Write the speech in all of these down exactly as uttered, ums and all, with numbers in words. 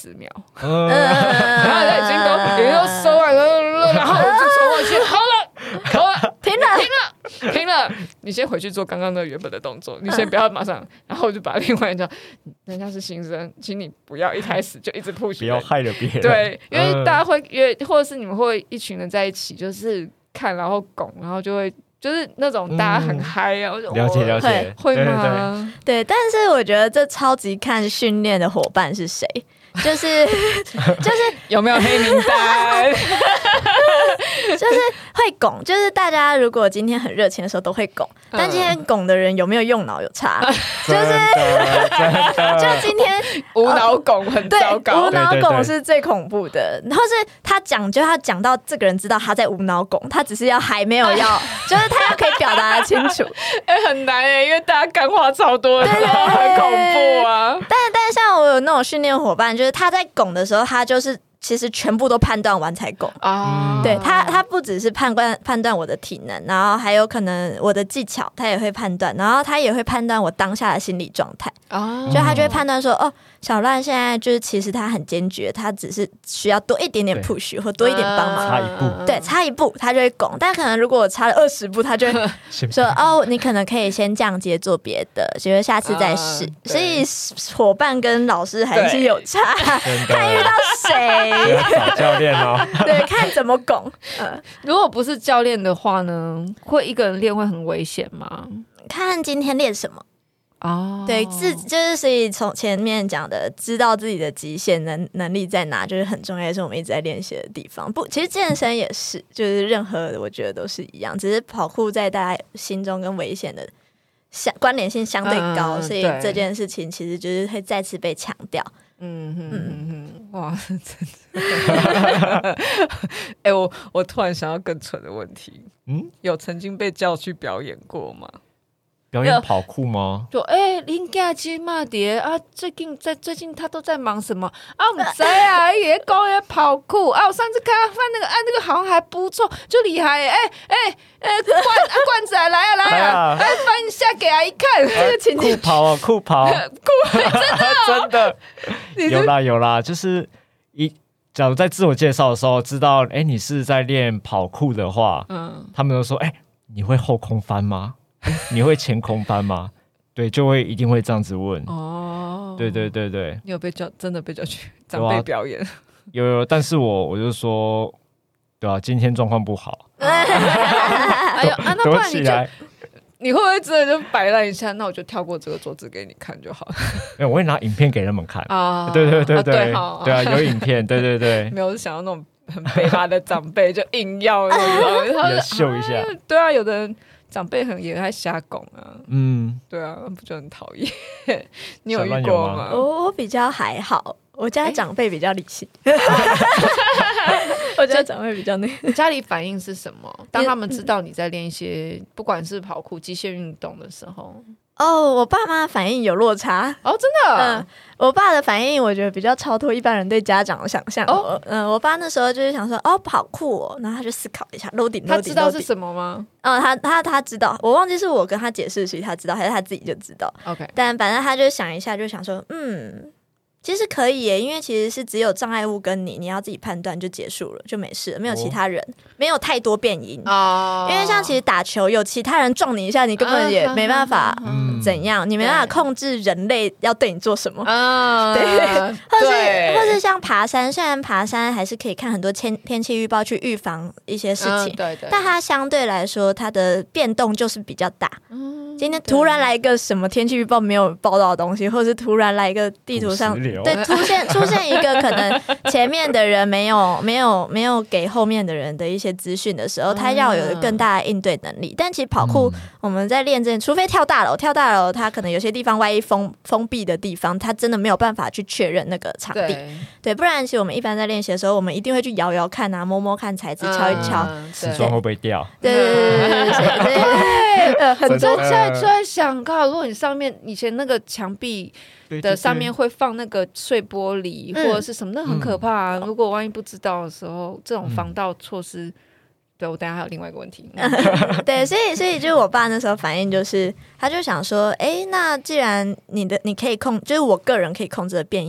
十秒，嗯、然后已经都已经都收完了，然后我就冲过去，好了，好了， 停了， 停了，停了，你先回去做刚刚那原本的动作，你先不要马上，然后我就把另外一个人家是新生，请你不要一开始就一直 push， 不要害了别人。 对，因为大家会约，或者是你们会一群人在一起，就是看然后拱，然后就会。就是那种大家很嗨啊、嗯， 了解了解， 会吗？ 对，但是我觉得这超级看训练的伙伴是谁，就是就是有没有黑名单， 就是会拱，就是大家如果今天很热情的时候都会拱，嗯、但今天拱的人有没有用脑有差，就是就今天无脑拱很糟糕， 无脑拱是最恐怖的，然后是他讲就要讲到这个人知道他在无脑拱，他只是要还没有要，就是他要可以表达得清楚， 哎、欸，很难哎、欸，因为大家干话超多的，对对对，很恐怖啊。 但但像我有那种训练伙伴，就是他在拱的时候，他就是其实全部都判断完才拱啊。对他，他不只是判断判断我的体能，然后还有可能我的技巧，他也会判断，然后他也会判断我当下的心理状态啊。就他就会判断说，哦，小乱现在就是其实他很坚决，他只是需要多一点点 push 或多一点帮忙， 差一步， 对，差一步他就会拱。但可能如果我差了二十步，他就会说，哦，你可能可以先降阶做别的，觉得下次再试。啊、所以伙伴跟老师还是有差，看遇到谁。 找教练哦， 对，看怎么拱。呃， 如果不是教练的话呢，会一个人练会很危险吗？ 看今天练什么。哦，对，自就是所以从前面讲的，知道自己的极限能能力在哪，就是很重要，也是我们一直在练习的地方。不，其实健身也是，就是任何我觉得都是一样，只是跑酷在大家心中跟危险的相关联性相对高，嗯、所以这件事情其实就是会再次被强调。嗯哼嗯哼，哇，真的！哎、欸，我我突然想到更蠢的问题，嗯，有曾经被叫去表演过吗？ 表演跑酷吗？ 就哎，林家金嘛碟啊，最近在最近他都在忙什么啊？我们在啊，也搞也跑酷啊！我上次看他翻那个，啊，那个好像还不错，就厉害哎哎哎，罐啊罐子啊，来啊来啊，来翻一下给阿姨看，这个情景酷跑啊酷跑， 酷真的、哦、 真的有啦有啦，就是一假如在自我介绍的时候知道哎你是在练跑酷的话，嗯，他们都说哎你会后空翻吗？你会前空翻吗？对，就会一定会这样子问。哦，对对对对， 你有被叫真的被叫去长辈表演？ 有有，但是我我就说，对啊，今天状况不好。哎呦啊，那不然你就你会不会真的就摆烂一下？那我就跳过这个桌子给你看就好了。 没有，我会拿影片给他们看啊。对对对对，对啊，对啊，有影片，对对对。 没有，我是想要那种很北巴的长辈就硬要，然后秀一下。 对啊，有的人。长辈很也爱瞎拱啊，嗯，对啊，不就很讨厌？你有遇过吗？ 我我比较还好，我家长辈比较理性，欸、我家长辈比较那个。 家里反应是什么？当他们知道你在练一些不管是跑酷、极限运动的时候。 哦，我爸妈反应有落差哦，真的。 嗯，我爸的反应我觉得比较超脱一般人对家长的想象。哦，嗯，我爸那时候就是想说，哦，跑酷哦，然后他就思考一下 ，loading， 他知道是什么吗？ 嗯，他他他知道，我忘记是我跟他解释，所以他知道，还是他自己就知道。 OK， 但反正他就想一下，就想说，嗯。其实可以耶，因为其实是只有障碍物跟你，你要自己判断就结束了，就没事了，没有其他人，哦、没有太多变因。哦，因为像其实打球有其他人撞你一下，你根本也没办法怎样，嗯、你没办法控制人类要对你做什么。啊，对，或是或是像爬山，虽然爬山还是可以看很多天天气预报去预防一些事情，嗯、对对，但它相对来说它的变动就是比较大。嗯，今天突然来一个什么天气预报没有报道的东西，或是突然来一个地图上。对，出现出现一个可能前面的人没有没有没有给后面的人的一些资讯的时候，他要有更大的应对能力。但其实跑酷、嗯、我们在练之前，除非跳大楼，跳大楼它可能有些地方万一封封闭的地方，它真的没有办法去确认那个场地。对，对，不然其实我们一般在练习的时候，我们一定会去摇摇看啊，摸摸看材质，敲一敲， 瓷砖会不会掉？ 对对对对对对， 呃，很多现在就在想，靠，如果你上面以前那个墙壁。的上面会放那个碎玻璃或者是什么，那很可怕啊！嗯、如果万一不知道的时候，这种防盗措施，嗯、对我等一下还有另外一个问题。 对，所以所以就是我爸那时候反应就是，他就想说，哎，那既然你的你可以控，就是我个人可以控制的变因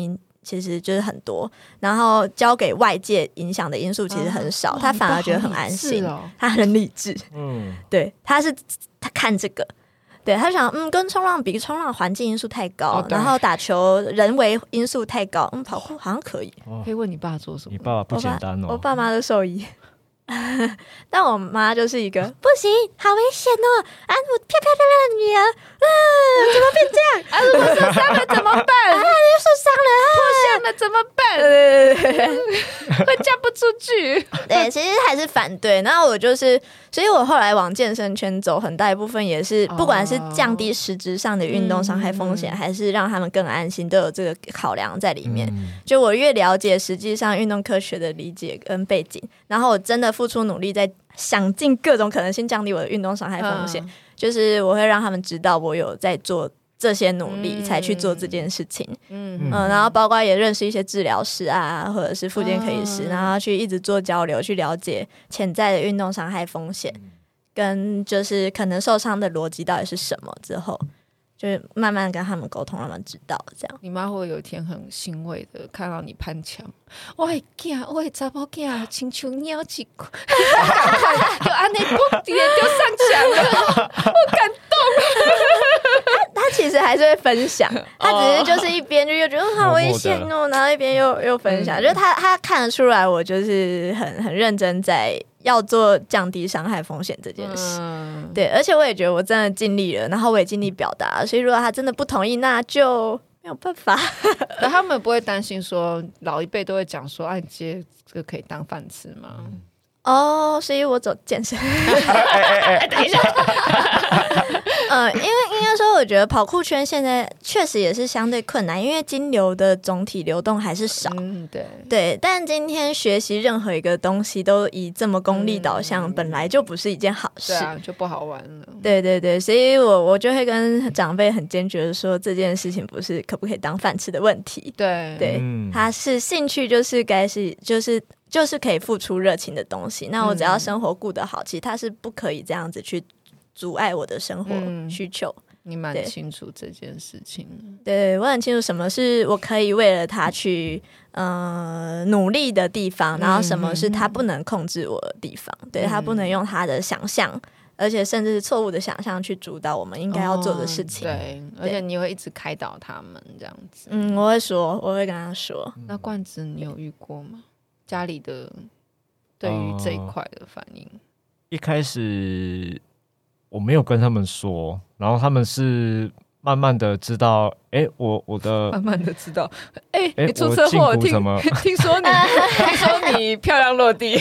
其实就是很多，然后交给外界影响的因素其实很少，啊、他反而觉得很安心，哦、他很理智。嗯，对，他是他看这个。对，他想，嗯，跟冲浪比，冲浪环境因素太高，哦、然后打球人为因素太高，嗯，跑酷好像可以。 哦、可以问你爸做什么？ 你爸爸不简单哦。 我 爸, 我爸妈的兽医，但我妈就是一个不行，好危险哦！啊，我漂漂亮亮的女儿，啊，怎么变这样？ 啊，如果受伤了怎么办？ 啊，又受伤了， 破相了怎么办？对对对，会嫁不出去。 对，其实还是反对。然后我就是，所以我后来往健身圈走，很大一部分也是，不管是降低实质上的运动伤害风险，哦嗯、还是让他们更安心，都有这个考量在里面。嗯、就我越了解实际上运动科学的理解跟背景，然后我真的付出努力，在想尽各种可能性降低我的运动伤害风险。嗯、就是我会让他们知道我有在做这些努力，才去做这件事情。嗯嗯，然后包括也认识一些治疗师啊，或者是复健科医师，嗯、然后去一直做交流，去了解潜在的运动伤害风险，嗯、跟就是可能受伤的逻辑到底是什么之后。就是慢慢跟他们沟通，让他们知道这样。 你妈会有一天很欣慰的看到你攀墙，我的囝，我的查某囝，亲像鸟一块，就安尼砰直接丢上墙了，我感动。 他他其实还是会分享，他只是就是一边就又觉得好危险哦，然后一边又又分享，嗯、就是他他看得出来我就是很很认真在。要做降低伤害风险这件事，嗯、对，而且我也觉得我真的尽力了，然后我也尽力表达，所以如果他真的不同意，那就没有办法。 可他们不会担心说，老一辈都会讲说，哎、啊，这这个可以当饭吃吗？ 嗯哦，所以我走健身。等一下，嗯，因为应该说，我觉得跑酷圈现在确实也是相对困难，因为金流的总体流动还是少。嗯，对对。但今天学习任何一个东西都以这么功利导向，嗯、本来就不是一件好事， 对啊，就不好玩了。 对对对，所以我我就会跟长辈很坚决的说，这件事情不是可不可以当饭吃的问题。 对对，嗯、它是兴趣，就是该是就是。就是可以付出热情的东西，那我只要生活顾得好，嗯、其实它是不可以这样子去阻碍我的生活需求。嗯、 你蛮清楚这件事情， 对，我很清楚什么是我可以为了他去呃努力的地方，然后什么是他不能控制我的地方，嗯、对他不能用他的想象。而且甚至是错误的想象去主导我们应该要做的事情。 哦、对，而且你会一直开导他们这样子。 嗯，我会说，我会跟他说。 那冠子，你有遇过吗？家里的对于这一块的反应、呃、 一开始我没有跟他们说，然后他们是慢慢的知道，哎、欸，我我的慢慢的知道，哎、欸欸，你出车祸，听听说你听说你漂亮落地，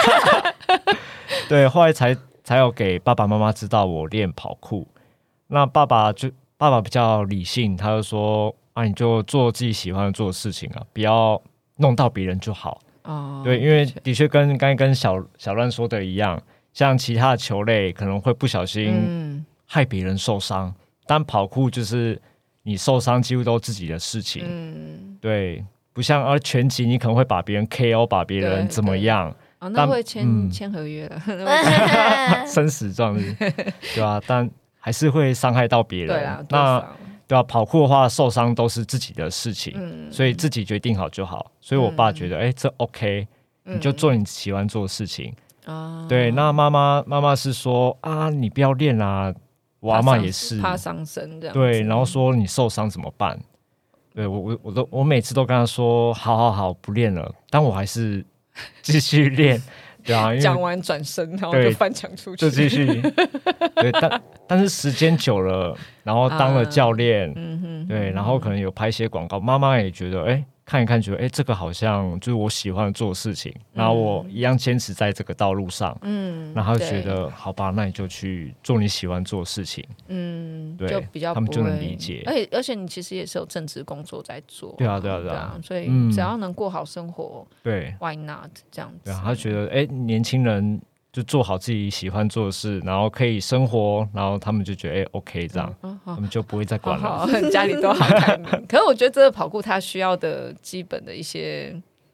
对，后来才才有给爸爸妈妈知道我练跑酷。那爸爸就爸爸比较理性，他就说啊，你就做自己喜欢做的事情啊，不要弄到别人就好。哦，对，因为的确跟刚才跟小小乱说的一样，像其他的球类可能会不小心害别人受伤，嗯、但跑酷就是你受伤几乎都自己的事情。嗯，对，不像而拳击你可能会把别人 K O， 把别人怎么样？ 哦，那会签签、嗯、合约了， 生死状是，对吧、啊？但还是会伤害到别人。 对啊， 那。对啊，跑酷的话受伤都是自己的事情、嗯、所以自己决定好就好。所以我爸觉得哎、嗯欸，这 OK， 你就做你喜欢做的事情、嗯、对。那妈妈妈妈是说啊，你不要练啊，我阿嬷也是怕伤身这样。 对，然后说你受伤怎么办？对，我我我都我每次都跟他说好好好不练了，但我还是继续练。对啊， 讲完转身，然后就翻墙出去， 就继续。对，但但是时间久了，然后当了教练、啊嗯哼，对，然后可能有拍一些广告，妈妈也觉得，哎、欸，看一看，觉得，哎、欸，这个好像就是我喜欢做的事情，然后我一样坚持在这个道路上，嗯，然后就觉得，好吧，那你就去做你喜欢做的事情，嗯，对，就比较他们就能理解。 而且而且你其实也是有正职工作在做， 对啊，对啊，对啊， 所以只要能过好生活，对 ，Why not 这样子？ 对啊，他觉得，哎、欸，年轻人。就做好自己喜欢做的事，然后可以生活，然后他们就觉得哎、欸、OK 这样、嗯嗯，他们就不会再管了。 好好家里都好开明。可是我觉得这个跑酷它需要的基本的一些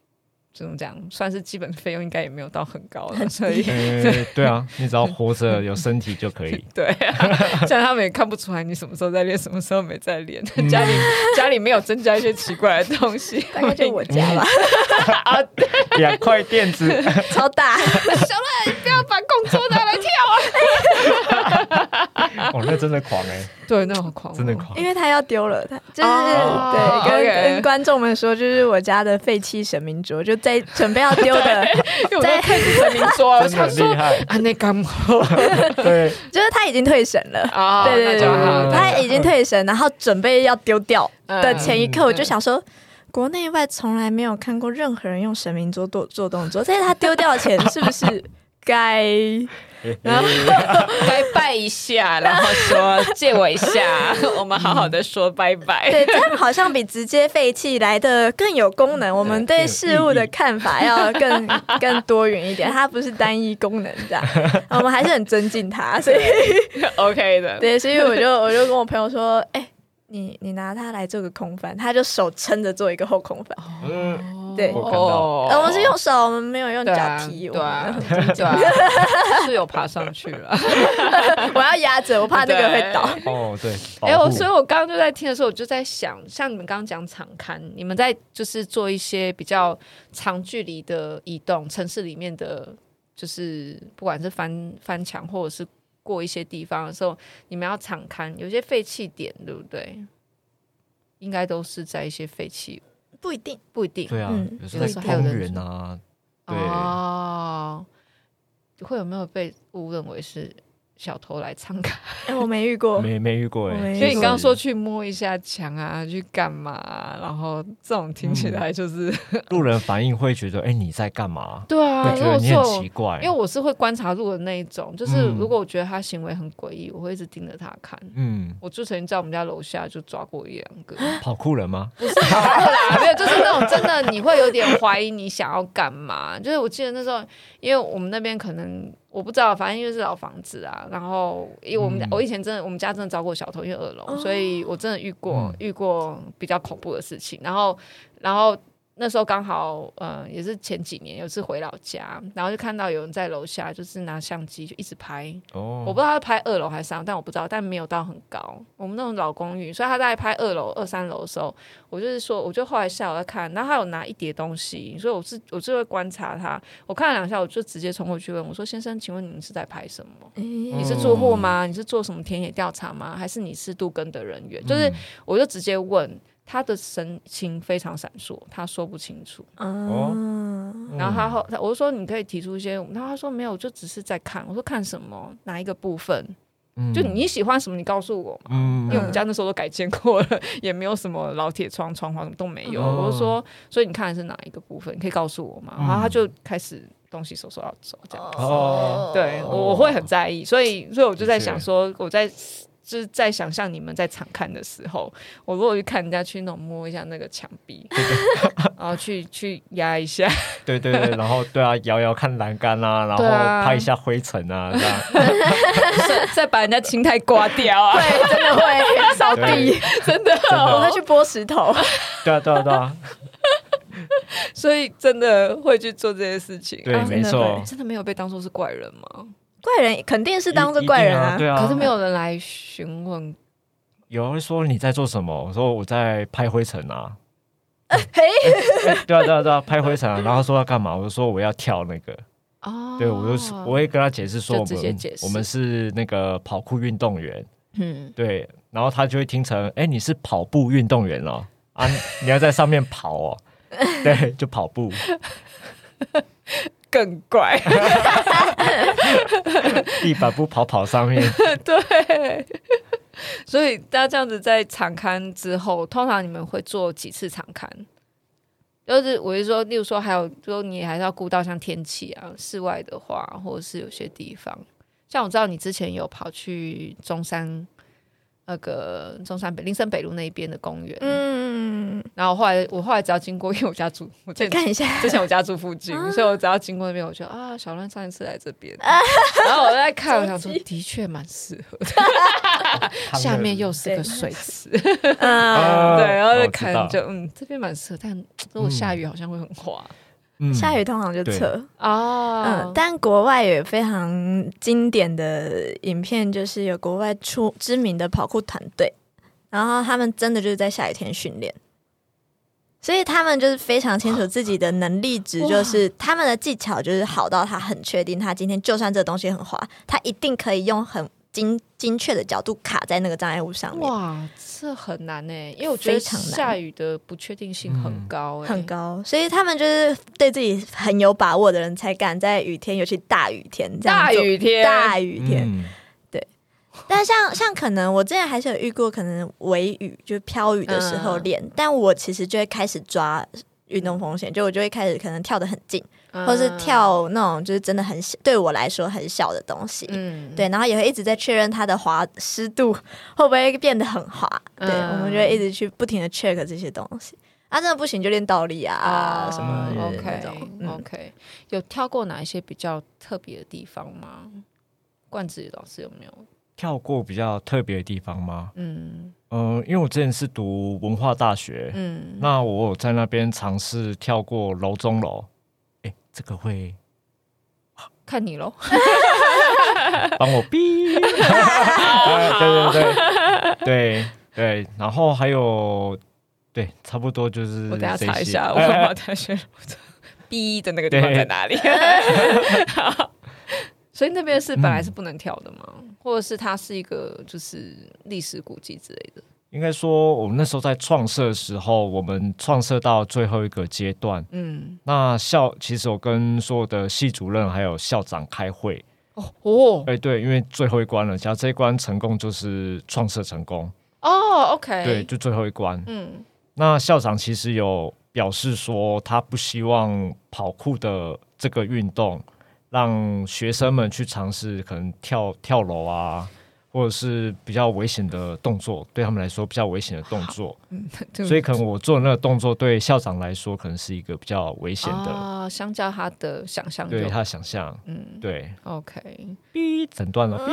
怎么讲，算是基本费用应该也没有到很高了，所以、 呃、对啊，你只要活着有身体就可以。 对啊，像他们也看不出来你什么时候在练，什么时候没在练，家里家里没有增加一些奇怪的东西， 大概就我家吧。 啊， 两块垫子超大。 小赖，你不要把工作拿来跳啊！哦，那真的狂哎、欸， 对，那好狂、哦， 真的狂， 因为他要丢了，他就是、 哦、 对，跟、 okay. 跟观众们说，就是我家的废弃神明桌，就在准备要丢的， 在看神明桌， 真的很厉害啊，那刚好， 对，就是他已经退神了， 哦、 对对对， 对他已经退神，然后准备要丢掉的前一刻，我就想说。国内外从来没有看过任何人用神明桌做做动作，在他丢掉前是不是该然后该拜一下，然后说借我一下，我们好好的说拜拜。 对，这样好像比直接废弃来的更有功能。我们对事物的看法要更更多元一点，它不是单一功能这样。我们还是很尊敬它，所以 OK 的。 对，所以我就我就跟我朋友说，哎、欸。你你拿它来做个空翻，他就手撑着做一个后空翻。 嗯， 对， 我看到， 我们是用手，我们没有用脚踢。 对啊，对啊，是有爬上去了。 我要压着，我怕那个会倒。 哦，对。 哎、欸，我所以，我刚刚就在听的时候，我就在想，像你们刚刚讲场勘，你们在就是做一些比较长距离的移动，城市里面的，就是不管是翻翻墙或者是。过一些地方的时候，你们要场勘，有些废弃点，对不对？应该都是在一些废弃， 不一定， 对啊， 不一定。 嗯、有时候在公园啊，对哦，会有没有被误认为是小偷来参看？ 哎、欸，我没遇过， 没没遇过哎、 欸。所以你刚刚说去摸一下墙啊，去干嘛、啊？然后这种听起来就是、 嗯、路人反应会觉得，哎、欸，你在干嘛？ 对啊， 会觉得你很奇怪。 因为我是会观察路的那一种，就是如果我觉得他行为很诡异，我会一直盯着他看。嗯，我就曾经在我们家楼下就抓过一两个跑酷人吗？ 不是跑酷啦，没有，就是那种真的你会有点怀疑你想要干嘛。就是我记得那时候，因为我们那边可能。我不知道，反正因为是老房子啊，然后因为我们、嗯、我以前真的我们家真的遭过小偷，因为二楼、哦，所以我真的遇过、嗯、遇过比较恐怖的事情。然后，然后那时候刚好呃也是前几年有次回老家，然后就看到有人在楼下就是拿相机就一直拍，哦，我不知道他拍二楼还是三楼，但我不知道，但没有到很高。我们那种老公寓，所以他在拍二楼、二三楼的时候，我就是说，我就后来下午在看，然后他有拿一叠东西，所以我是我就会观察他。我看了两下，我就直接冲过去问我说：“先生，请问你是在拍什么？嗯、你是住户吗？你是做什么田野调查吗？还是你是都更的人员？”就是我就直接问。他的神情非常闪烁，他说不清楚。哦，然后他后，我就说你可以提出一些，然后他说没有，就只是在看。我说看什么？哪一个部分？嗯、就你喜欢什么，你告诉我嘛。嗯，因为我们家那时候都改建过了，也没有什么老铁窗、窗框什么都没有。哦、我就说，所以你看的是哪一个部分？你可以告诉我嘛。嗯、然后他就开始东西收收要走，这样子。哦，对，我我会很在意，所以所以我就在想说，我在。就是在想象你们在场看的时候，我如果去看人家去那种摸一下那个墙壁，然后去去压一下， 对对对，然后对啊，摇摇看栏杆啊，然后拍一下灰尘啊，这样， 再把人家青苔刮掉啊， 对，真的会扫地， 真的、哦， 我会去拨石头， 对啊对啊对啊， 所以真的会去做这些事情， 对，啊、没错， 真的没有被当作是怪人吗？ 怪人肯定是当作怪人 啊, 啊, 啊， 可是没有人来询问。 有人说你在做什么？我说我在拍灰尘啊。 嘿、 欸欸，对啊对啊对啊，拍灰尘啊。然后说要干嘛？我就说我要跳那个。哦，对，我就我会跟他解释说我们我们是那个跑酷运动员。嗯，对，然后他就会听成哎、欸、你是跑步运动员哦啊，你要在上面跑哦，对，就跑步。 更怪地板不跑跑上面对，所以大家这样子在场勘之后，通常你们会做几次场勘？就是我是说例如说还有说你还是要顾到像天气啊，室外的话或者是有些地方，像我知道你之前有跑去中山那个中山北林森北路那边的公园，嗯，然后后来我后来只要经过，因为我家住，我之前看一下， 之前我家住附近，啊、所以我只要经过那边，我觉得啊，小乱上一次来这边，啊、然后我在看，我想说的确蛮适合的，下面又是个水池，啊，对，然后就看就嗯，这边蛮适合，但如果下雨好像会很滑。 嗯、下雨通常就测哦。 嗯，但国外有非常经典的影片，就是有国外出知名的跑酷团队，然后他们真的就是在下雨天训练。所以他们就是非常清楚自己的能力值，就是他们的技巧就是好到他很确定，他今天就算这东西很滑，他一定可以用很精精确的角度卡在那个障碍物上面。 哇，这很难欸，因为我觉得下雨的不确定性很高欸， 很高，所以他们就是对自己很有把握的人才敢在雨天，尤其大雨天这样做， 大雨天， 大雨天。嗯，但像像可能我之前还是有遇过可能微雨就是飘雨的时候练、嗯，但我其实就会开始抓运动风险，就我就会开始可能跳得很近、嗯，或是跳那种就是真的很小，对我来说很小的东西，嗯，对，然后也会一直在确认它的滑湿度会不会变得很滑，对、嗯，我们就会一直去不停的 check 这些东西。啊，真的不行就练倒立啊、哦、什么那种 ，OK、嗯、OK， 有跳过哪一些比较特别的地方吗？冠志老师有没有？ 跳过比较特别的地方吗？嗯，呃，因为我之前是读文化大学，嗯，那我有在那边尝试跳过楼中楼，哎，这个会看你咯， 帮我逼，对对对对对，然后还有对，差不多就是我等一下查一下文化大学逼的那个地方在哪里。所以那边是本来是不能跳的吗、嗯？或者是它是一个就是历史古迹之类的？ 应该说我们那时候在创设的时候，我们创设到最后一个阶段，嗯，那校其实我跟所有的系主任还有校长开会，哦哦，哎对，因为最后一关了，只要这一关成功就是创设成功哦 ，OK， 对，就最后一关，嗯，那校长其实有表示说他不希望跑酷的这个运动让学生们去尝试可能跳跳楼啊，或者是比较危险的动作，对他们来说比较危险的动作、嗯、所以可能我做的那个动作对校长来说可能是一个比较危险的、 哦、相较他的想象， 对他的想象，嗯，对 OK， 逼诊断了逼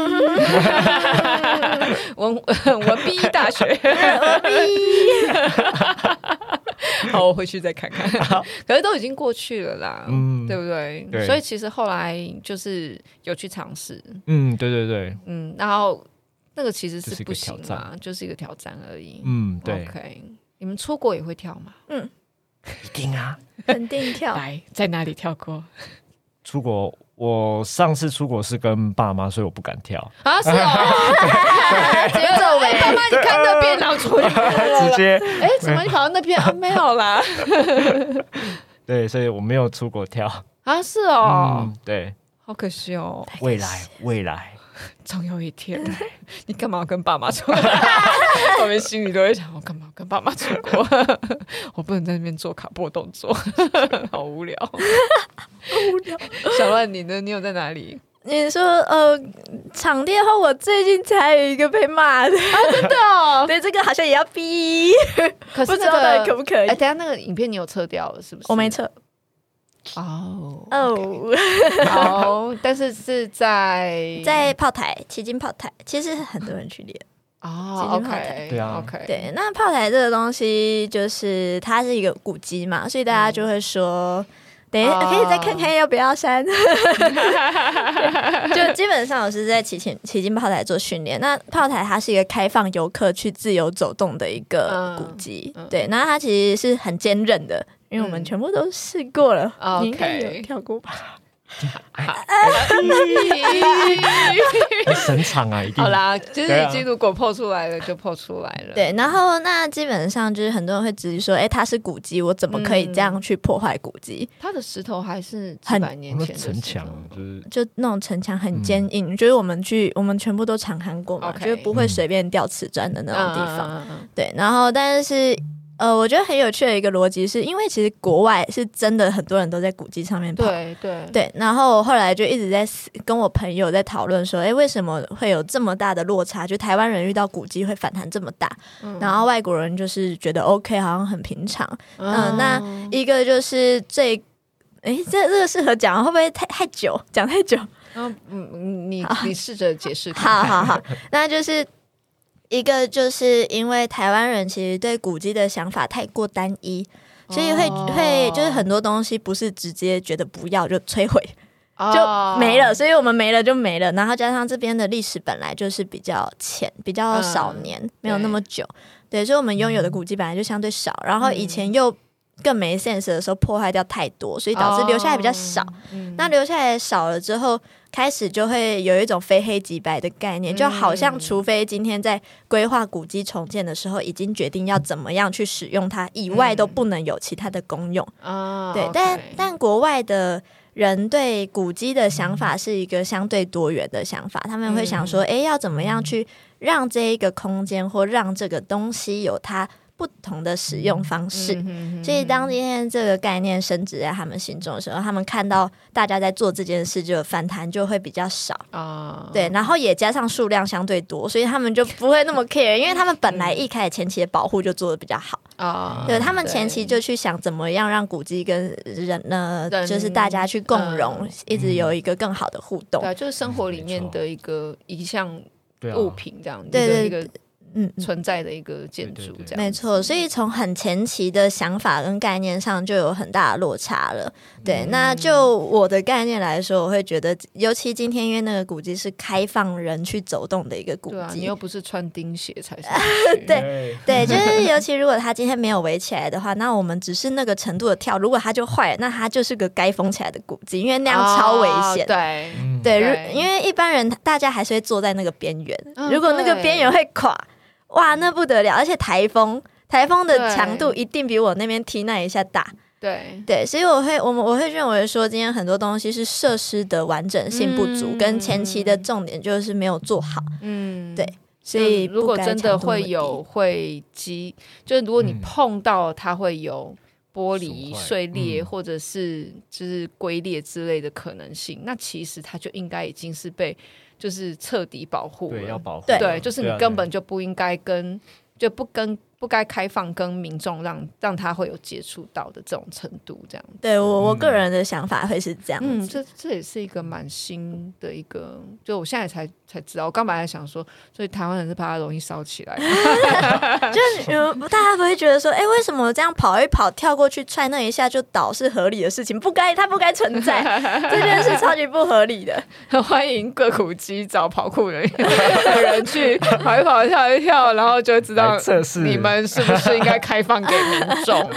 文文逼大学文逼好，我回去再看看。可是都已经过去了啦，嗯，对不 对, 对？所以其实后来就是有去尝试， 嗯，对对对， 嗯，然后那个其实是不行嘛，就是一个挑战而已， 嗯，对。 OK， 你们出国也会跳吗？ 嗯， 一定啊， 肯定跳。 来，在哪里跳过？ 出国，我上次出国是跟爸妈，所以我不敢跳啊，是哦，直接走呗。爸妈，你看那边，然后出去直接， 哎，怎么你跑到那边啊？没有啦。 对，所以我没有出国跳啊，是哦， 嗯，对， 好可惜哦。 未来，未来， 总有一天，你干嘛要跟爸妈出国？我们心里都会想，我干嘛跟爸妈出国？我不能在那边做卡波动作，好无聊，好无聊。小乱，你呢？你有在哪里？ 你说呃，场地的话，我最近才有一个被骂的啊，真的哦。 对，这个好像也要逼， 可是、那個、 不知道可不可以？ 哎，等一下那个影片你有撤掉了是不是？ 我没撤。 哦哦， 好，但是是在在炮台，旗津炮台，其实很多人去练。 哦 ，OK， 对啊 ，OK， 对。那炮台这个东西，就是它是一个古迹嘛，所以大家就会说。嗯等一下、哦、可以再看看要不要删就基本上我是在旗津旗津炮台做训练。那炮台它是一个开放游客去自由走动的一个古迹、嗯嗯、对，那它其实是很坚韧的，因为我们全部都试过了、嗯、你应该有跳过吧？ 神场啊，一定好啦，就是已经如果破出来了就破出来了。 对，然后那基本上就是很多人会质疑说，哎、欸，它是古迹，我怎么可以这样去破坏古迹？ 它、嗯、的石头还是几百年前的城墙，就是就那种城墙很坚硬，嗯、就是我们去我们全部都常看过嘛， okay, 就是不会随便掉瓷砖的那种地方。嗯、对，然后但是。呃，我觉得很有趣的一个逻辑是，因为其实国外是真的很多人都在古迹上面跑， 对对对。然后后来就一直在跟我朋友在讨论说，哎，为什么会有这么大的落差？就台湾人遇到古迹会反弹这么大，嗯、然后外国人就是觉得 OK， 好像很平常。嗯、呃，那一个就是最，哎，这这个适合讲，会不会太太久？讲太久？ 嗯嗯，你你试着解释看看。 好好好，那就是。一个就是因为台湾人其实对古迹的想法太过单一， 所以会、哦、会就是很多东西不是直接觉得不要就摧毁。就没了，所以我们没了就没了。然后加上这边的历史本来就是比较浅，比较少年，嗯、没有那么久，对，所以我们拥有的古迹本来就相对少。然后以前又更没 sense 的时候破坏掉太多，所以导致留下来比较少。哦嗯、那留下来少了之后，开始就会有一种非黑即白的概念，就好像除非今天在规划古迹重建的时候已经决定要怎么样去使用它以外，都不能有其他的功用。嗯、对， okay 但但国外的人对古迹的想法是一个相对多元的想法，他们会想说，哎，要怎么样去让这一个空间或让这个东西有它不同的使用方式。嗯、所以当今天这个概念升值在他们心中的时候，他们看到大家在做这件事，就反弹就会比较少啊。对，然后也加上数量相对多，所以他们就不会那么 care， 因为他们本来一开始前期的保护就做得比较好啊。对，他们前期就去想怎么样让古迹跟人呢，就是大家去共融，嗯、一直有一个更好的互动。 对，就是生活里面的一个一项物品这样子。 对对对。一个嗯，存在的一个建筑这样， 没错。所以从很前期的想法跟概念上就有很大的落差了。对，嗯、那就我的概念来说，我会觉得，尤其今天因为那个古迹是开放人去走动的一个古迹， 对啊，你又不是穿钉鞋才是。 对对，就是尤其如果他今天没有围起来的话，那我们只是那个程度的跳，如果它就坏了，那它就是个该封起来的古迹，因为那样超危险。 哦、对、 嗯、对，对，因为一般人大家还是会坐在那个边缘，嗯、如果那个边缘会垮。哇，那不得了！而且台风，台风的强度一定比我那边踢那一下大。 对对，所以我会，我们我会认为说，今天很多东西是设施的完整性不足，嗯、跟前期的重点就是没有做好。嗯，对，所以如果真的会有会击，就是如果你碰到它会有玻璃碎裂，嗯、或者是就是龟裂之类的可能性，那其实它就应该已经是被。就是彻底保护了， 对，要保护， 对，就是你根本就不应该跟，就不跟不该开放跟民众让让他会有接触到的这种程度，这样子。 对我我个人的想法会是这样子。 嗯，这这也是一个蛮新的一个，就我现在才才知道。我刚本来想说，所以台湾人是怕它容易烧起来， 就是大家不会觉得说，哎、欸，为什么这样跑一跑跳过去踹那一下就倒是合理的事情？不该，它不该存在，这件事超级不合理的。 欢迎各古迹找跑酷人的人去跑一跑跳一跳，然后就知道你们。是不是应该开放给民众？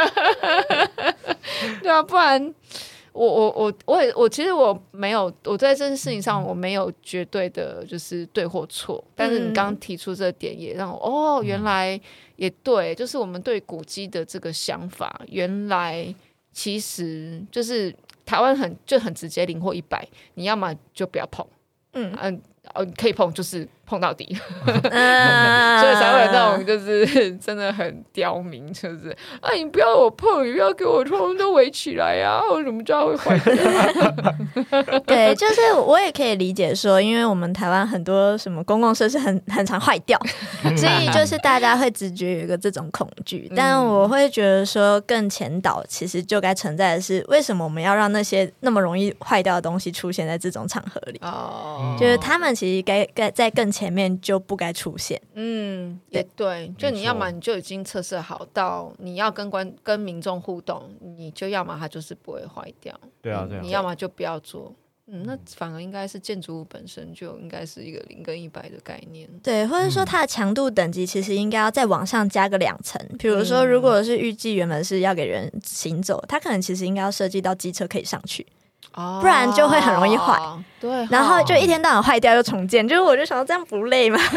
对啊，不然我我我我也我其实我没有我在这件事情上我没有绝对的就是对或错，但是你刚刚提出这点也让我哦，原来也对，就是我们对古迹的这个想法，原来其实就是台湾很就很直接零或一百，你要么就不要碰，嗯嗯。哦，可以碰就是碰到底，啊、所以才会有那种就是真的很刁民，就是啊，你不要我碰，你不要给我碰，都围起来呀、啊，我怎么知道会坏掉？ 对，就是我也可以理解说，因为我们台湾很多什么公共设施很很常坏掉，所以就是大家会直觉有一个这种恐惧。但我会觉得说，更前导其实就该存在的是，为什么我们要让那些那么容易坏掉的东西出现在这种场合里？哦，就是他们。其实该该在更前面就不该出现。 嗯，也对，就你要么你就已经测试好到你要跟观跟民众互动，你就要么它就是不会坏掉。 对啊，对啊。 你要么就不要做。嗯，那反而应该是建筑物本身就应该是一个零跟一百的概念。 对，或者说它的强度等级其实应该要再往上加个两层。比如说，如果是预计原本是要给人行走，它可能其实应该要设计到机车可以上去。哦、不然就会很容易坏， 对、哦， 然后就一天到晚坏掉又重建，就是我就想到这样不累吗？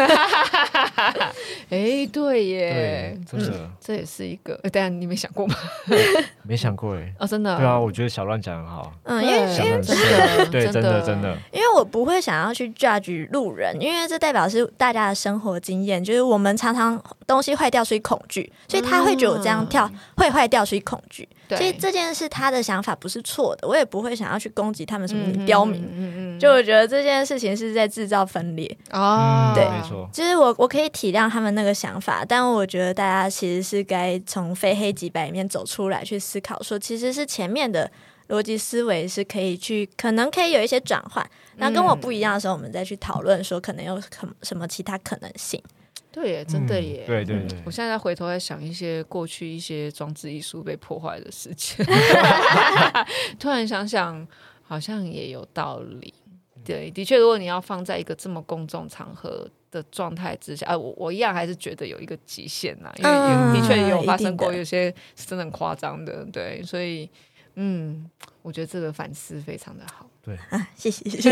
哎，对耶， 对，真的、 嗯，这也是一个。等一下你没想过吗？ 没想过哎， 哦，真的， 对啊，我觉得小乱讲很好， 嗯，因为因为真的， 对，真的真的， 因为我不会想要去 judge 路人，因为这代表是大家的生活经验，就是我们常常东西坏掉所以恐惧，所以他会觉得我这样跳、嗯、会坏掉所以恐惧。所以这件事他的想法不是错的，我也不会想要去攻击他们什么你刁民、嗯嗯、就我觉得这件事情是在制造分裂哦， 对， 没错， 就是我我可以体谅他们那个想法，但我觉得大家其实是该从非黑即白里面走出来去思考，说其实是前面的逻辑思维是可以去可能可以有一些转换，那跟我不一样的时候我们再去讨论说可能有什么其他可能性。 对耶，真的耶、 嗯、对对对， 我现在回头在想一些过去一些装置艺术被破坏的事情突然想想好像也有道理。对，的确如果你要放在一个这么公众场合的状态之下、啊、我, 我一样还是觉得有一个极限啦，因为的确也有发生过有些是真的很夸张的。对，所以嗯，我觉得这个反思非常的好。 对、 啊、谢谢谢谢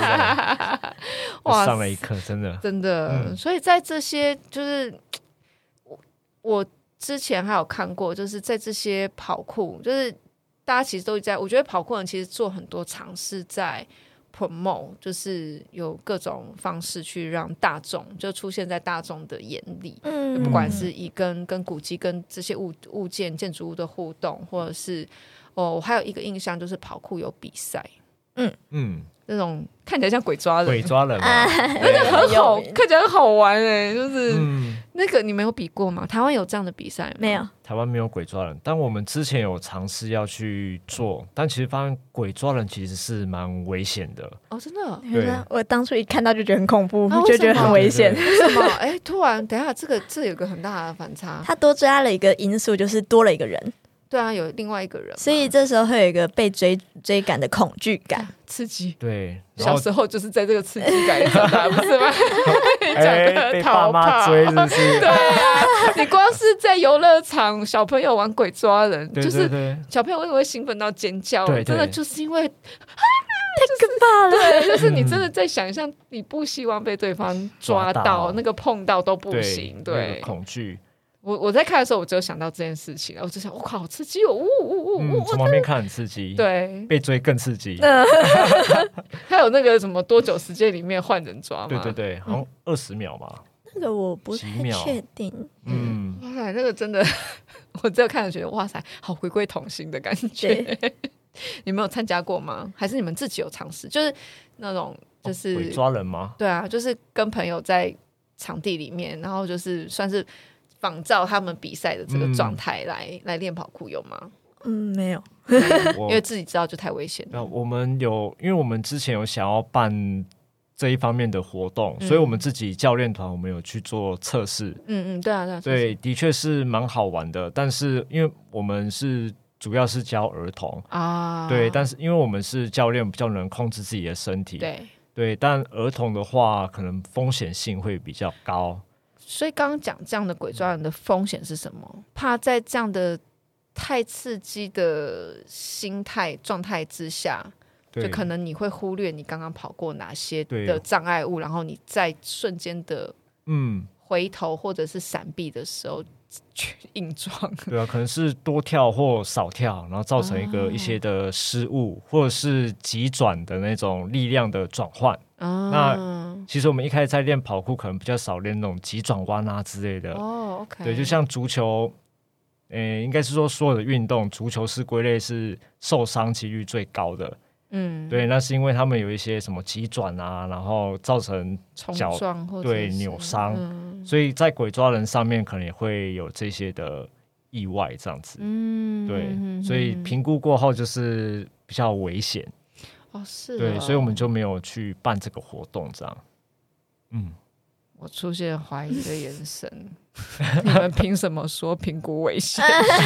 哇，上了一课，真的真的、嗯、所以在这些就是我我之前还有看过，就是在这些跑酷，就是大家其实都在，我觉得跑酷人其实做很多尝试在promote， 就是有各种方式去让大众就出现在大众的眼里、嗯、不管是以跟跟古迹跟这些 物, 物件建筑物的互动，或者是哦，我还有一个印象就是跑酷有比赛，嗯嗯，那种看起来像鬼抓人， 鬼抓人嘛， 那个很好，看起来很好玩哎、欸，就是、嗯、那个你没有比过吗？台湾有这样的比赛吗？ 没有， 台湾没有鬼抓人，但我们之前有尝试要去做，但其实发现鬼抓人其实是蛮危险的。 哦，真的？ 对，我当初一看到就觉得很恐怖，啊、就觉得很危险。 为什么？哎，突然，等一下，这个这有个很大的反差。 他多加了一个因素，就是多了一个人。 对啊，有另外一个人， 所以这时候会有一个被追追赶的恐惧感、 刺激。 对， 小时候就是在这个刺激感长大，不是吗？ 哎，被爸妈追是不是？ 对啊，你光是在游乐场，小朋友玩鬼抓人， 对对对， 就是小朋友为什么会兴奋到尖叫？ 对对， 真的就是因为太可怕了。 对，就是你真的在想象，你不希望被对方抓到，那个碰到都不行，对， 那个恐惧。我我在看的时候，我只有想到这件事情，我就想，我靠，好刺激哦！呜呜呜！ 从旁边看很刺激， 对， 被追更刺激。 还有那个什么多久时间里面换人抓嘛？ 对对对，好像二十秒嘛。 那个我不太确定。 嗯，哇塞，那个真的，我只有看了觉得哇塞，好回归童心的感觉。你们有参加过吗？还是你们自己有尝试？就是那种就是鬼抓人吗？ 对啊，就是跟朋友在场地里面，然后就是算是。仿照他们比赛的这个状态来、嗯、来练跑酷有吗？ 嗯，没有， 因为自己知道就太危险了。 我们有，因为我们之前有想要办这一方面的活动，嗯、所以我们自己教练团我们有去做测试。 嗯嗯，对啊对啊， 对，的确是蛮好玩的。但是因为我们是主要是教儿童啊，对，但是因为我们是教练，比较能控制自己的身体， 对对，但儿童的话，可能风险性会比较高。 所以刚刚讲这样的鬼抓人的风险是什么？怕在这样的太刺激的心态状态之下，就可能你会忽略你刚刚跑过哪些的障碍物，然后你在瞬间的嗯回头或者是闪避的时候去硬撞。 对啊，可能是多跳或少跳，然后造成一个一些的失误，哦、或者是急转的那种力量的转换。哦、那其实我们一开始在练跑酷，可能比较少练那种急转弯啊之类的。 哦 ，OK， 对，就像足球，呃，应该是说所有的运动，足球是归类是受伤几率最高的。嗯，对，那是因为他们有一些什么急转啊，然后造成脚对扭伤、嗯，所以在鬼抓人上面可能也会有这些的意外这样子。嗯，对，嗯、所以评估过后就是比较危险。 哦，是哦， 对，所以我们就没有去办这个活动，这样。嗯， 我出现怀疑的眼神，你们凭什么说评估危险？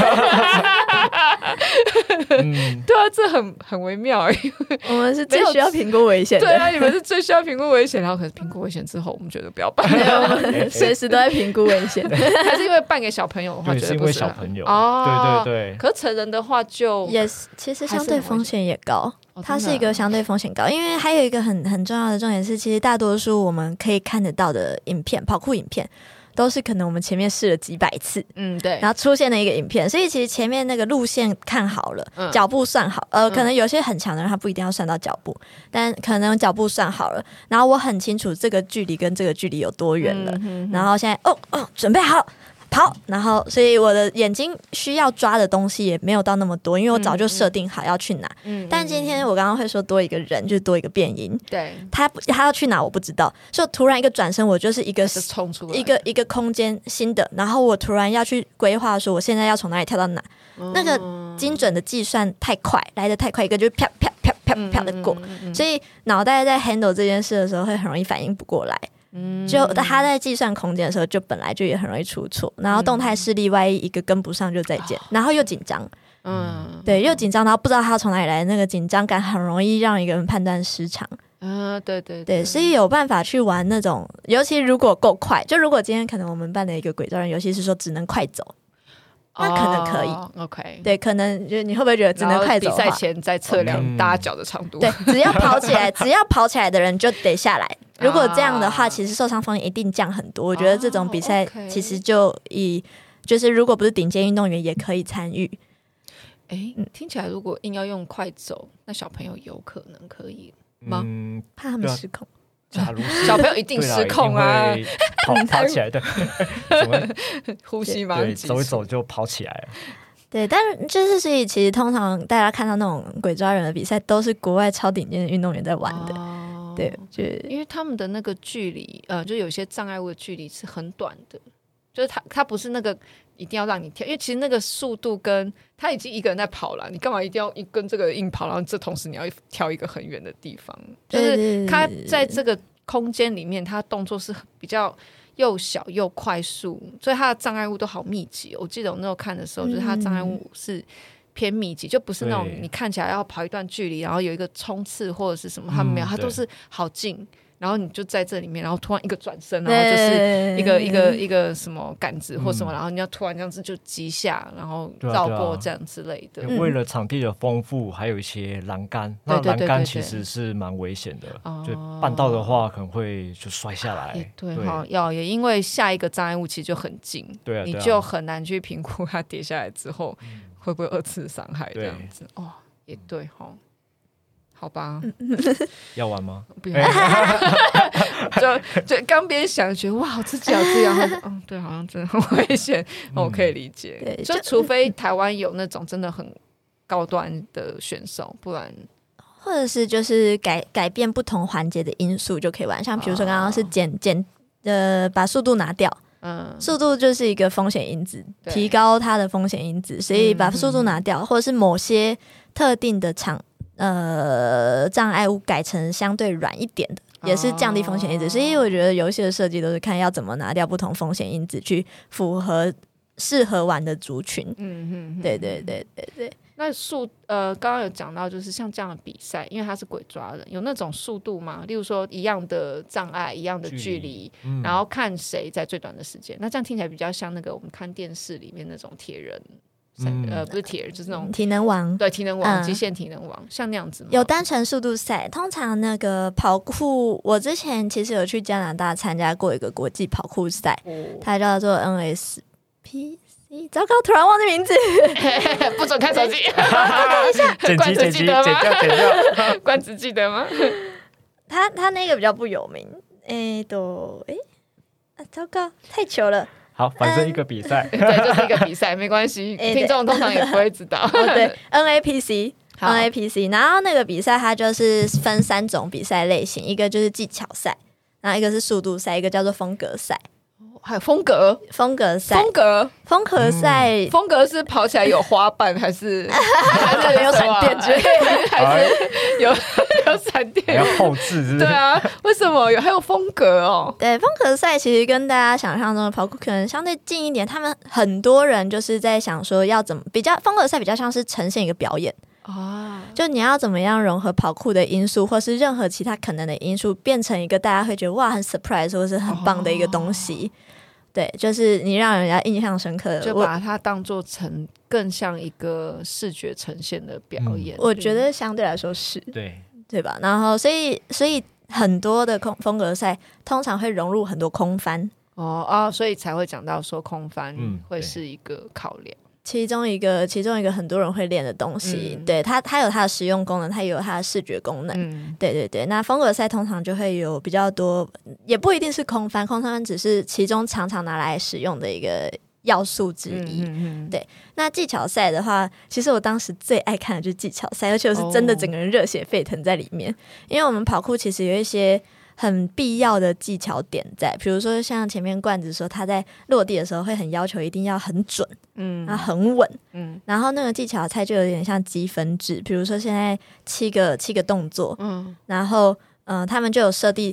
嗯、对啊，这很很微妙。 我们是最需要评估危险的。 对啊，你们是最需要评估危险，然后可是评估危险之后，我们觉得不要办。 我们随时都在评估危险。 还是因为办给小朋友的话， 对， 觉得不是因为小朋友。哦，对对对。 可是成人的话就， 也、yes, 其实相对风险也高。它是一个相对风险高，因为还有一个很很重要的重点是，其实大多数我们可以看得到的影片，跑酷影片都是可能我们前面试了几百次，嗯，对，然后出现了一个影片，所以其实前面那个路线看好了，嗯、脚步算好，呃，可能有些很强的人他不一定要算到脚步，但可能脚步算好了，然后我很清楚这个距离跟这个距离有多远了，嗯、哼哼然后现在哦哦准备好。跑，然后所以我的眼睛需要抓的东西也没有到那么多，因为我早就设定好要去哪。嗯，但今天我刚刚会说多一个人，就是多一个变因。 对， 他他要去哪我不知道，就突然一个转身，我就是一个冲出来， 一个一个空间新的，然后我突然要去规划说我现在要从哪里跳到哪，嗯、那个精准的计算太快，来得太快，一个就是啪啪啪啪啪的过，嗯嗯嗯嗯、所以脑袋在 handle 这件事的时候会很容易反应不过来。 嗯，就他在计算空间的时候，就本来就也很容易出错，然后动态视力万一一个跟不上就再见，嗯、然后又紧张，嗯，对，又紧张，然后不知道他从哪里来的那个紧张感，很容易让一个人判断失常。 嗯，对对对, 对，所以有办法去玩那种，尤其如果够快，就如果今天可能我们办的一个鬼抓人游戏是说只能快走，那可能可以、哦、 OK， 对，可能就你会不会觉得只能快走的话， 比赛前再测量大家脚的长度， 对，只要跑起来，只要跑起来的人就得下来。如果这样的话，其实受伤风险一定降很多。我觉得这种比赛其实就以就是如果不是顶尖运动员也可以参与。 哎、嗯，听起来如果硬要用快走，那小朋友有可能可以吗？ 嗯， 怕他们失控。 假如小朋友一定失控啊， 跑跑起来的， 呼吸嘛， 对，走一走就跑起来了。 对，但是就是所以，其实通常大家看到那种鬼抓人的比赛，都是国外超顶尖的运动员在玩的。哦、对，就因为他们的那个距离，呃，就有些障碍物的距离是很短的，就是他他不是那个一定要让你跳，因为其实那个速度跟他已经一个人在跑了，你干嘛一定要跟这个硬跑，然后这同时你要跳一个很远的地方，就是他在这个空间里面，他动作是比较又小又快速，所以他的障碍物都好密集。我记得我那时候看的时候，就是他的障碍物是偏密集，就不是那种你看起来要跑一段距离，然后有一个冲刺或者是什么，他没有，他都是好近。然后你就在这里面，然后突然一个转身，然后就是一个一个一个什么杆子或什么，嗯、然后你要突然这样子就击下，然后绕过这样之类的。 啊啊、为了场地的丰富，还有一些栏杆，那栏杆其实是蛮危险的，就绊到的话可能会就摔下来。 欸、对哈，哦，要也因为下一个障碍物其实就很近， 对啊， 你就很难去评估它跌下来之后会不会二次伤害这样子。哦，也对哈。好吧， 要玩吗？ 不要，就就刚边想觉得哇，好刺激，好刺激，然后嗯，对，好像真的很危险，嗯、我可以理解。对，就除非台湾有那种真的很高端的选手，不然或者是就是改改变不同环节的因素就可以玩，像比如说刚刚是减减呃把速度拿掉。嗯，速度就是一个风险因子，提高它的风险因子，所以把速度拿掉，嗯、或者是某些特定的场。呃，障碍物改成相对软一点的，也是降低风险因子。哦、所以我觉得游戏的设计都是看要怎么拿掉不同风险因子，去符合适合玩的族群。嗯嗯，对对对对对。 那速呃，刚刚有讲到，就是像这样的比赛，因为它是鬼抓人，有那种速度吗？例如说一样的障碍、一样的距离，嗯、然后看谁在最短的时间。那这样听起来比较像那个我们看电视里面那种铁人。嗯、呃，不是铁人，就是那种体能王， 对，体能王，极、嗯、限体能王，像那样子吗？ 有单纯速度赛，通常那个跑酷，我之前其实有去加拿大参加过一个国际跑酷赛，哦、它叫做 N S P C， 糟糕，突然忘记名字， 不准看手机， 等一下， 关子记得吗？关子记得吗？ 他他那个比较不有名，哎，都哎啊，糟糕，太糗了。 好，反正一个比赛， 嗯、对，就是一个比赛，没关系，欸、听众通常也不会知道。 哦、对 ，N A P C，N A P C， 然后那个比赛它就是分三种比赛类型，一个就是技巧赛，然后一个是速度赛，一个叫做风格赛。 还有风格， 风格赛， 风格， 风格赛，嗯、 风格是跑起来有花瓣还是还是有闪电之类的，还是有有闪电？ 要后置是不是？ 对啊，为什么有还有风格哦？ 对，风格赛其实跟大家想象中的跑酷可能相对近一点，他们很多人就是在想说要怎么比较，风格赛比较像是呈现一个表演。哦，就你要怎么样融合跑酷的因素，或是任何其他可能的因素，变成一个大家会觉得哇很 surprise 或是很棒的一个东西。哦、对，就是你让人家印象深刻的， 就把它当作成更像一个视觉呈现的表演。 嗯、我觉得相对来说是， 对对吧？然后所以所以很多的空风格赛通常会融入很多空翻。 哦啊，所以才会讲到说空翻会是一个考量。 其中一个，其中一个很多人会练的东西，嗯、对它，它有它的实用功能，它也有它的视觉功能，嗯、对对对。那风格赛通常就会有比较多，也不一定是空翻，空翻只是其中常常拿来使用的一个要素之一。嗯嗯嗯对，那技巧赛的话，其实我当时最爱看的就是技巧赛，而且我是真的整个人热血沸腾在里面，哦、因为我们跑酷其实有一些很必要的技巧点在，比如说像前面罐子说他在落地的时候会很要求一定要很准，嗯，然后很稳，嗯，然后那个技巧赛就有点像积分制，比如说现在七个七个动作，嗯，然后嗯、呃，他们就有设定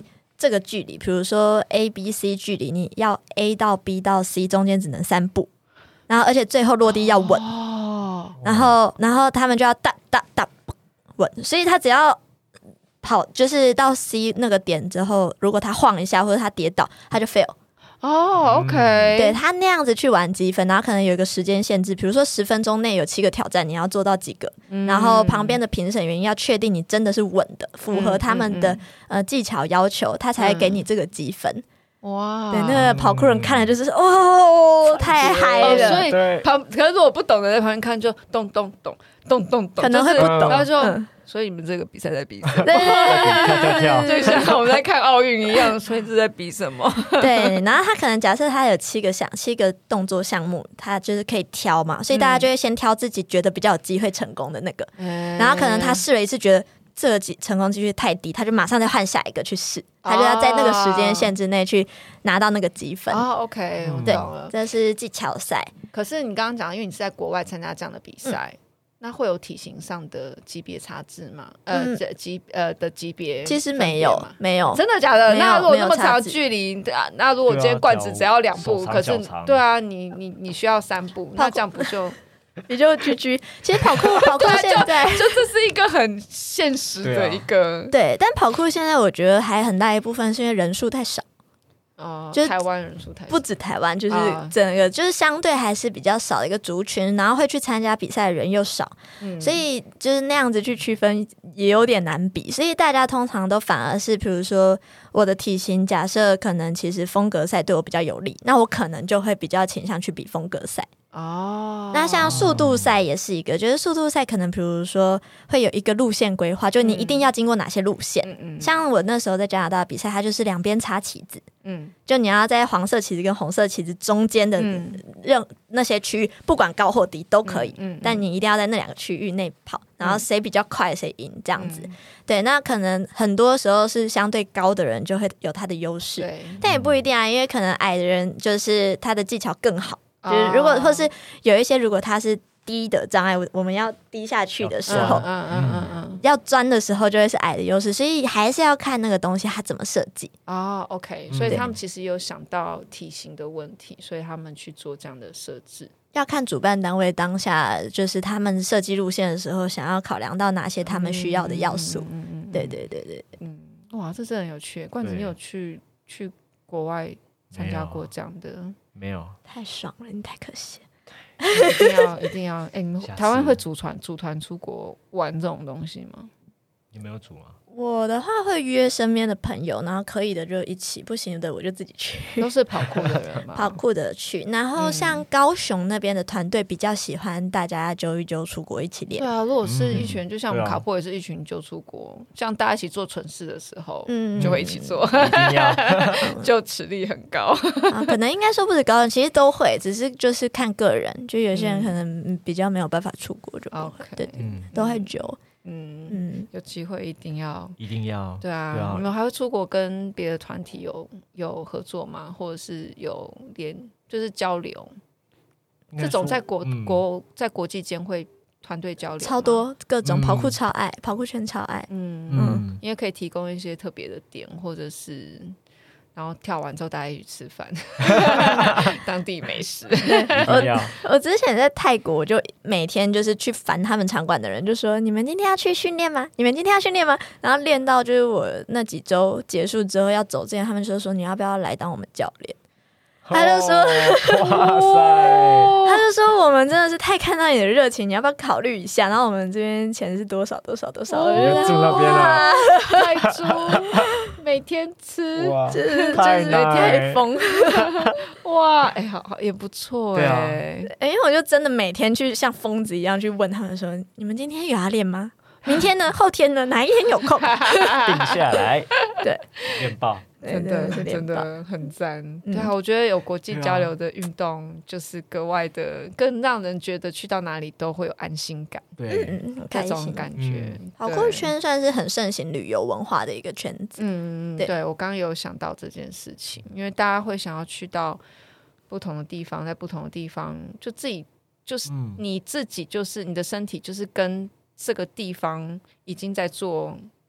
这个距离，比如说 A、B、C 距离，你要 A 到 B 到 C 中间只能三步，然后而且最后落地要稳，哦、然后然后他们就要哒哒哒稳，所以他只要跑就是到 C 那个点之后，如果他晃一下或者他跌倒，他就 fail。 哦、oh, ，OK，、 嗯、对他那样子去玩积分，然后可能有一个时间限制，比如说十分钟内有七个挑战，你要做到几个，嗯、然后旁边的评审员要确定你真的是稳的，符合他们的、嗯嗯嗯、呃技巧要求，他才会给你这个积分。哇，对，那个跑酷人看了就是哦，太嗨了， 哦、所以旁可是如果不懂的在旁边看就咚咚咚咚咚咚， 可能会不懂， 然后就。嗯所以你们这个比赛在比什么？对对对，就像我们在看奥运一样，所以这在比什么？ 对，然后他可能假设他有七个项、七个动作项目，他就是可以挑嘛，所以大家就会先挑自己觉得比较有机会成功的那个，嗯、然后可能他试了一次觉得这个成功几率太低，他就马上再换下一个去试，他就要在那个时间限制内去拿到那个积分。 哦 ，OK， 我懂了， 这是技巧赛。 可是你刚刚讲，因为你是在国外参加这样的比赛。嗯，那会有体型上的级别差距吗？呃，嗯、级呃的级别其实没有，没有， 真的假的？那如果那么长距离，那如果今天冠子只要两步，可是对啊，你你你需要三步，那这样不就你就 G G？ 其实跑酷跑酷现在就这是一个很现实的一个对, 、啊、对，但跑酷现在我觉得还很大一部分是因为人数太少。 哦，就是台湾人数太少， 不止台湾，就是整个、啊、就是相对还是比较少的一个族群，然后会去参加比赛的人又少，嗯、所以就是那样子去区分也有点难比，所以大家通常都反而是比如说我的体型假设可能其实风格赛对我比较有利，那我可能就会比较倾向去比风格赛。哦，那像速度赛也是一个，就是速度赛可能比如说会有一个路线规划，就你一定要经过哪些路线。嗯嗯，像我那时候在加拿大比赛，它就是两边插旗子，嗯，就你要在黄色旗子跟红色旗子中间的任那些区域，不管高或低都可以，嗯嗯嗯，但你一定要在那两个区域内跑，然后谁比较快谁赢这样子。嗯、对，那可能很多时候是相对高的人就会有他的优势，但也不一定啊，因为可能矮的人就是他的技巧更好。就是如果或是有一些如果它是低的障碍，我们要低下去的时候，嗯嗯嗯嗯，要钻的时候就会是矮的优势，所以还是要看那个东西它怎么设计。 哦 ，OK， 所以他们其实有想到体型的问题，所以他们去做这样的设置。 要看主办单位当下就是他们设计路线的时候，想要考量到哪些他们需要的要素。嗯嗯，对对对对， 嗯，哇，这真的很有趣。冠子，你有去去国外参加过这样的？ 没有， 太爽了，你太可惜了。 一定要一定要，哎、欸，你们台湾会组团组团出国玩这种东西吗？ 你没有组吗？ 我的话会约身边的朋友，然后可以的就一起，不行的我就自己去。 都是跑酷的人吗？ 跑酷的去，然后像高雄那边的团队比较喜欢大家揪一揪出国一起练。 对啊，如果是一群，嗯、就像我们卡破也是一群揪出国，像大家一起做蠢事的时候，嗯，就会一起做， 一定要就实力很高、 啊。可能应该说不止高人，其实都会，只是就是看个人，就有些人可能比较没有办法出国就不会，嗯、对对，嗯、都会揪。 嗯嗯，有机会一定要， 一定要， 对啊，对啊，你们还会出国跟别的团体有有合作吗？或者是有连就是交流？这种在国、嗯、国在国际间会团队交流超多，各种跑酷超爱，嗯、跑酷圈超爱， 嗯嗯，因为可以提供一些特别的点，或者是。然后跳完之后大家一起吃饭当地美食我, 我之前在泰国我就每天就是去烦他们场馆的人，就说你们今天要去训练吗？你们今天要训练吗？然后练到就是我那几周结束之后要走之前，他们就说你要不要来当我们教练？他就说、哦、哇塞他就说我们真的是太看到你的热情，你要不要考虑一下？然后我们这边钱是多少多少多少，我就住那边了， 太猪每天吃，就是就是每天疯哇，哎、欸，好好也不错哎、欸， 哎、啊，因为我就真的每天去像疯子一样去问他们说，你们今天有要练吗？明天呢？后天呢？哪一天有空？ 定下来， 对， 练爆。 真的真的很赞、嗯，对啊，我觉得有国际交流的运动就是格外的，更让人觉得去到哪里都会有安心感， 对， 嗯， 这种感觉。 跑酷圈算是很盛行旅游文化的一个圈子， 嗯，对，对我刚刚有想到这件事情，因为大家会想要去到不同的地方，在不同的地方，就自己就是你自己，就是你的身体，就是跟这个地方已经在做。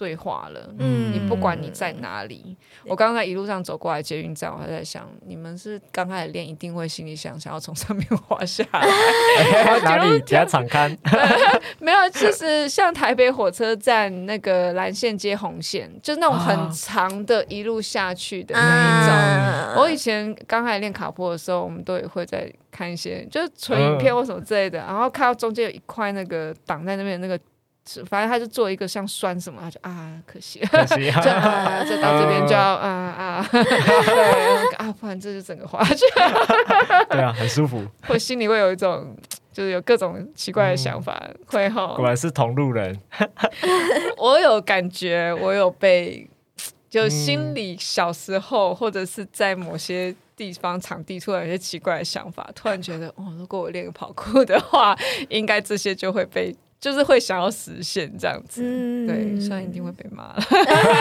对话了。嗯，你不管你在哪里，我刚才一路上走过来捷运站，我还在想，你们是刚开始练，一定会心里想想要从上面滑下来。 哪里？等下场刊？ 没有，就是像台北火车站那个蓝线接红线，就是那种很长的一路下去的那一种。啊、我以前刚开始练卡坡的时候，我们都也会在看一些，就是纯影片或什么之类的，然后看到中间有一块那个挡在那边的那个。反正他就做一个像栓什么，他就啊，可惜， 可惜就啊，就到这边就要啊啊，对啊，不然这就整个滑下去， 对啊，很舒服， 我心里会有一种，就是有各种奇怪的想法，嗯、会哈， 果然是同路人， 我有感觉，我有被，就心里小时候、嗯、或者是在某些地方场地突然有些奇怪的想法，突然觉得哦，如果我练个跑酷的话，应该这些就会被。就是会想要实现这样子，嗯、对，虽然一定会被骂了，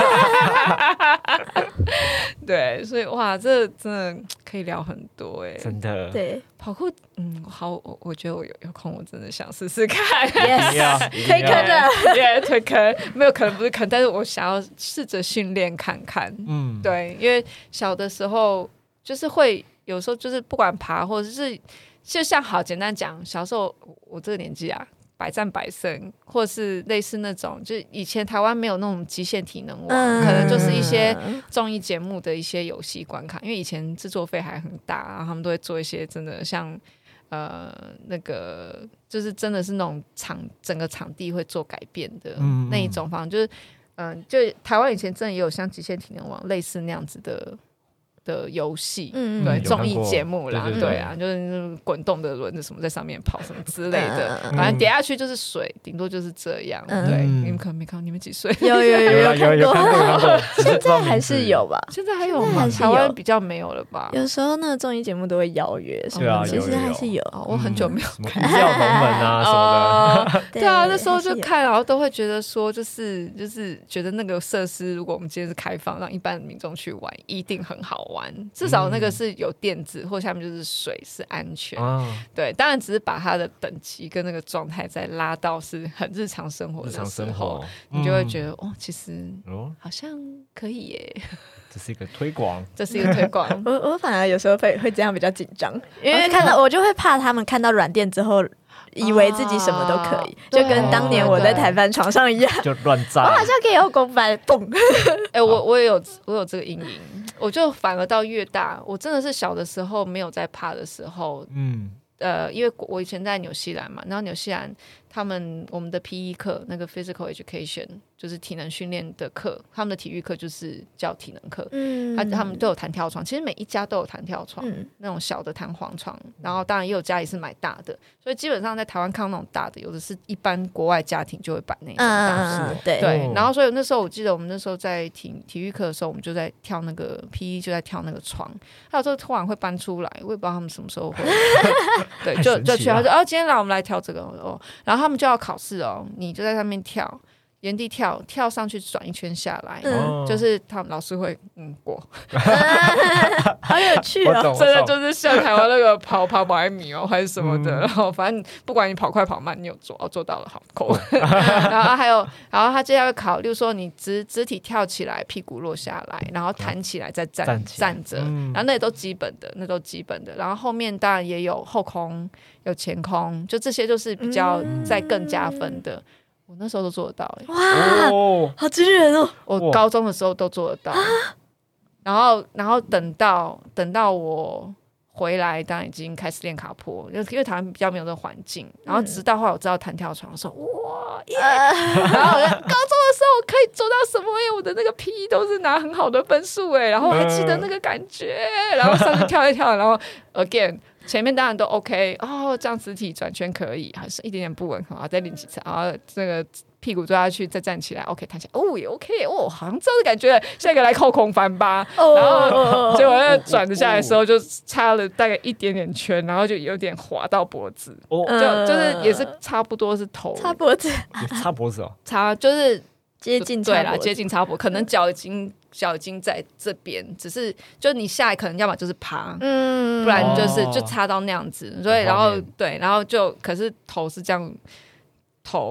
对，所以哇，这真的可以聊很多哎、欸， 真的， 对， 跑酷，嗯，好，我我觉得我有有空，我真的想试试看， yes, 推坑的，耶，推坑，没有可能不是坑，但是我想要试着训练看看，嗯，对，因为小的时候就是会有时候就是不管爬或者是就像好简单讲，小时候我这个年纪啊。百战百胜，或是类似那种，就是以前台湾没有那种极限体能网，嗯、可能就是一些综艺节目的一些游戏关卡，因为以前制作费还很大，然后他们都会做一些真的像呃那个，就是真的是那种场整个场地会做改变的那一种方，嗯、就是嗯、呃，就台湾以前真的也有像极限体能网类似那样子的。的游戏，嗯、对综艺节目啦，对, 对, 对, 对啊，就是滚动的轮子什么在上面跑什么之类的，嗯、反正跌下去就是水，顶多就是这样。嗯、对，你们可能没看到，你们几岁？ 有有有有有有看过，看过。 现在还是有吧？ 现在还有吗？台湾比较没有了吧？ 有时候那个综艺节目都会邀约， 对啊， 其实还是有。 哦、我很久没有看 《一票龙门》啊什么的。 对啊，那时候就看，然后都会觉得说，就是就是觉得那个设施，如果我们今天是开放，让一般民众去玩，一定很好玩，至少。那个是有电子，或下面就是水，是安全。啊、对，当然只是把它的等级跟那个状态再拉到是很日常生活的时候，日常生活你就会觉得、嗯、哦，其实好像可以耶。 这是一个推广， 这是一个推广。 我我反而有时候会会这样比较紧张，因为看到我就会怕他们看到软垫之后。以为自己什么都可以，啊、就跟当年我在台帆床上一样， 就乱炸。 我好像可以后空翻，蹦！ 哎、欸，我我也有我有这个阴影，我就反而到越大，我真的是小的时候没有在怕的时候，嗯，呃，因为我以前在纽西兰嘛，然后纽西兰他们我们的 P E 课那个 physical education 就是体能训练的课，他们的体育课就是叫体能课，嗯，他他们都有弹跳床，其实每一家都有弹跳床，嗯、那种小的弹簧床，然后当然也有家里是买大的，所以基本上在台湾看到那种大的，有的是一般国外家庭就会摆那种大的，嗯、对对，然后所以那时候我记得我们那时候在体体育课的时候，我们就在跳那个 P E 就在跳那个床，还有时候突然会搬出来，我也不知道他们什么时候会，对，就就去，他说哦，今天来我们来跳这个哦，然后他们就要考试哦，你就在上面跳，原地跳，跳上去转一圈下来，嗯、就是他们老师会嗯过， 好有趣哦， 真的就是像台湾那个跑跑百米哦还是什么的，嗯、然后反正不管你跑快跑慢，你有做哦做到了好扣，然后还有，然后他接下来考，例如说你肢肢体跳起来，屁股落下来，然后弹起来再站站, 站着，嗯、然后那也都基本的，那都基本的，然后后面当然也有后空。有前空，就这些就是比较再更加分的，嗯、我那时候都做得到，欸， 哇，哦、好惊人哦！ 我高中的时候都做得到，然后然后等到等到我回来，当然已经开始练卡坡，因为台湾比较没有这个环境，然后直到后来我知道弹跳床，说哇耶！然后我高中的时候我可以做到什么？因为我的那个 P E 都是拿很好的分数哎，然后我还记得那个感觉，然后上去跳一跳，然后 again。前面当然都 OK 哦，这样肢体转圈可以，还是一点点不稳，好，再练几次，然后这个屁股坐下去，再站起来 ，OK， 弹起来，哦也 OK， 哦，好像这样的感觉，下一个来扣空翻吧，哦、然后结果那转着下来的时候，就差了大概一点点圈，然后就有点滑到脖子，哦、就就是也是差不多是头擦脖子， 擦脖子哦， 擦就是接近对啦，接近擦脖，可能脚已经。脚已经在这边，只是就你下来可能要么就是爬，嗯，不然就是、哦、就插到那样子，所以然后对，然后就可是头是这样，头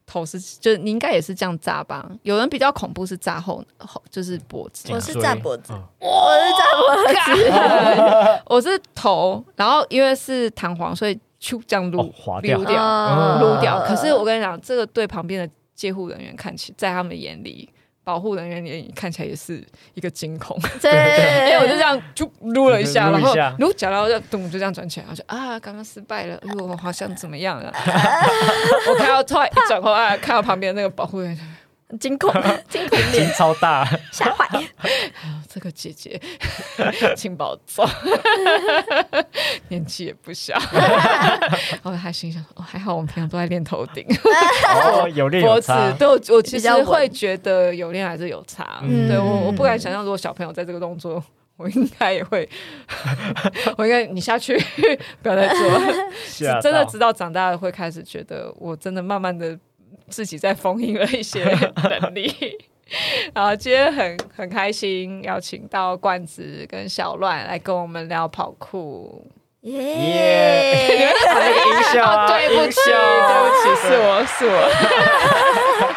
头是，就是你应该也是这样扎吧？有人比较恐怖是扎后后，就是脖子。 我是扎脖子， 嗯、 我是扎脖子， 我是头，然后因为是弹簧，所以就这样撸、 哦、滑掉， 撸掉，撸掉。可是我跟你讲，这个对旁边的戒护人员看起，在他们眼里。保护人员也看起来也是一个惊恐， 对， 因为我就这样就撸了一下，然后撸脚，然后就咚就这样转起来，然后就啊，刚刚失败了，哎呦，好像怎么样啊？我看到突然一转过来，看到旁边那个保护人员。 惊恐，惊恐脸超大， 吓坏。 这个姐姐，请保重，年纪也不小。我还心想，哦，还好我们平常都在练头顶， 哦，有练有差。 对，我我其实会觉得有练还是有差。嗯、对我，我不敢想象，如果小朋友在这个动作。我应该也会，我应该你下去不要再做，真的直到长大了会开始觉得，我真的慢慢的自己在封印了一些能力。然后今天很很开心，邀请到冠子跟小乱来跟我们聊跑酷。 耶！ 你们打那个音效啊？ 对不起，对不起，是我是我。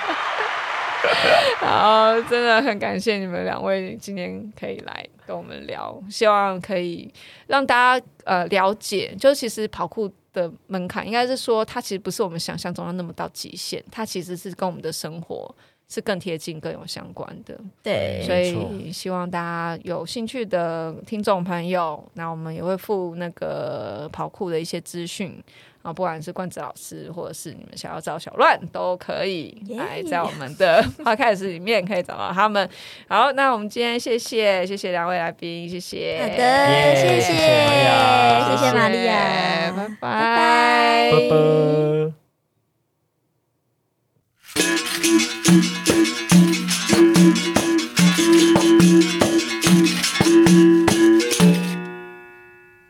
好，真的很感谢你们两位今天可以来跟我们聊，希望可以让大家呃了解，就其实跑酷的门槛应该是说，它其实不是我们想象中的那么到极限，它其实是跟我们的生活是更贴近、更有相关的。 对， 所以希望大家有兴趣的听众朋友，那我们也会附那个跑酷的一些资讯。啊，不管是冠子老师，或者是你们想要找小乱，都可以来在我们的 podcast 里面可以找到他们。好，那我们今天谢谢谢谢两位来宾，谢谢。 好的，谢谢，谢谢玛利亚， 拜拜， 拜拜。